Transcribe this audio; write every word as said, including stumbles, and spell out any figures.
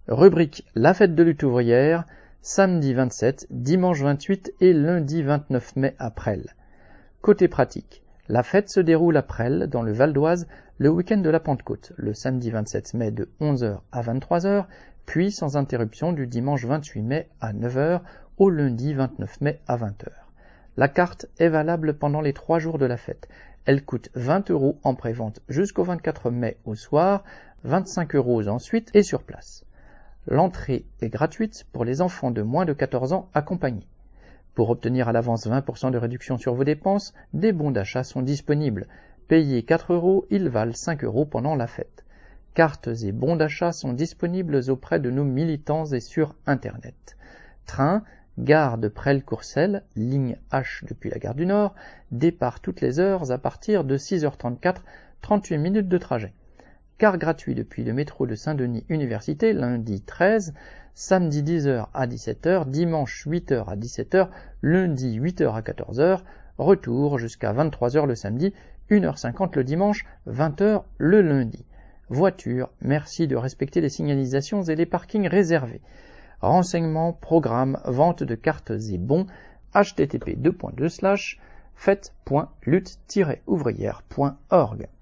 Rubrique La fête de lutte ouvrière, samedi vingt-sept, dimanche vingt-huit et lundi vingt-neuf mai à Presles. Côté pratique, la fête se déroule à Presles, dans le Val d'Oise, le week-end de la Pentecôte, le samedi vingt-sept mai de onze heures à vingt-trois heures, puis sans interruption du dimanche vingt-huit mai à neuf heures au lundi vingt-neuf mai à vingt heures. La carte est valable pendant les trois jours de la fête. Elle coûte vingt euros en prévente jusqu'au vingt-quatre mai au soir, vingt-cinq euros ensuite et sur place. L'entrée est gratuite pour les enfants de moins de quatorze ans accompagnés. Pour obtenir à l'avance vingt pour cent de réduction sur vos dépenses, des bons d'achat sont disponibles. Payés quatre euros, ils valent cinq euros pendant la fête. Cartes et bons d'achat sont disponibles auprès de nos militants et sur Internet. Train, gare de Presles-Courcelles, ligne H depuis la gare du Nord, départ toutes les heures à partir de six heures trente-quatre, trente-huit minutes de trajet. Car gratuit depuis le métro de Saint-Denis Université, lundi treize, samedi dix heures à dix-sept heures, dimanche huit heures à dix-sept heures, lundi huit heures à quatorze heures, retour jusqu'à vingt-trois heures le samedi, une heure cinquante le dimanche, vingt heures le lundi. Voiture, merci de respecter les signalisations et les parkings réservés. Renseignements, programmes, vente de cartes et bons, h t t p deux point deux slash fête point lutte tiret ouvrière point org.